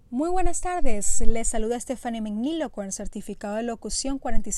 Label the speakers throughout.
Speaker 1: Muy buenas tardes, les saluda Stephanie Menilo con el certificado de locución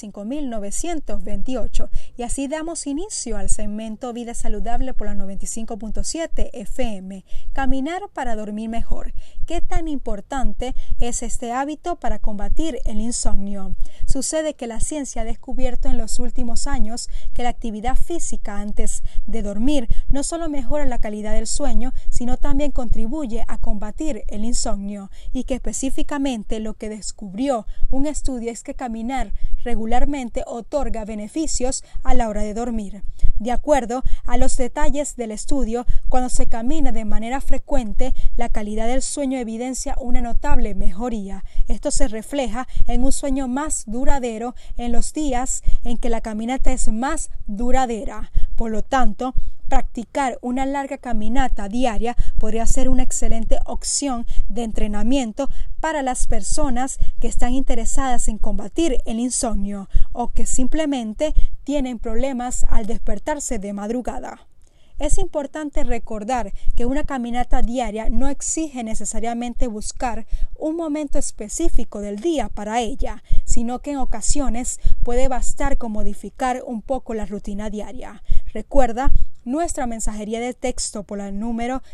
Speaker 1: 45.928 y así damos inicio al segmento Vida Saludable por la 95.7 FM, Caminar para dormir mejor. ¿Qué tan importante es este hábito para combatir el insomnio? Sucede que la ciencia ha descubierto en los últimos años que la actividad física antes de dormir no solo mejora la calidad del sueño, sino también contribuye a combatir el insomnio y que específicamente lo que descubrió un estudio es que caminar regularmente otorga beneficios a la hora de dormir. De acuerdo a los detalles del estudio, cuando se camina de manera frecuente, la calidad del sueño evidencia una notable mejoría. Esto se refleja en un sueño más duradero en los días en que la caminata es más duradera. Por lo tanto, practicar una larga caminata diaria podría ser una excelente opción de entrenamiento para las personas que están interesadas en combatir el insomnio o que simplemente tienen problemas al despertarse de madrugada. Es importante recordar que una caminata diaria no exige necesariamente buscar un momento específico del día para ella, sino que en ocasiones puede bastar con modificar un poco la rutina diaria. Recuerda nuestra mensajería de texto por el número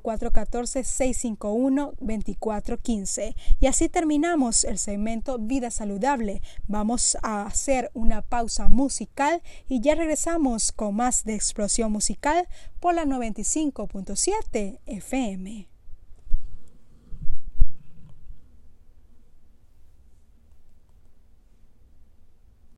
Speaker 1: 0414-651-2415. Y así terminamos el segmento Vida Saludable. Vamos a hacer una pausa musical y ya regresamos con más de Explosión Musical por la 95.7 FM.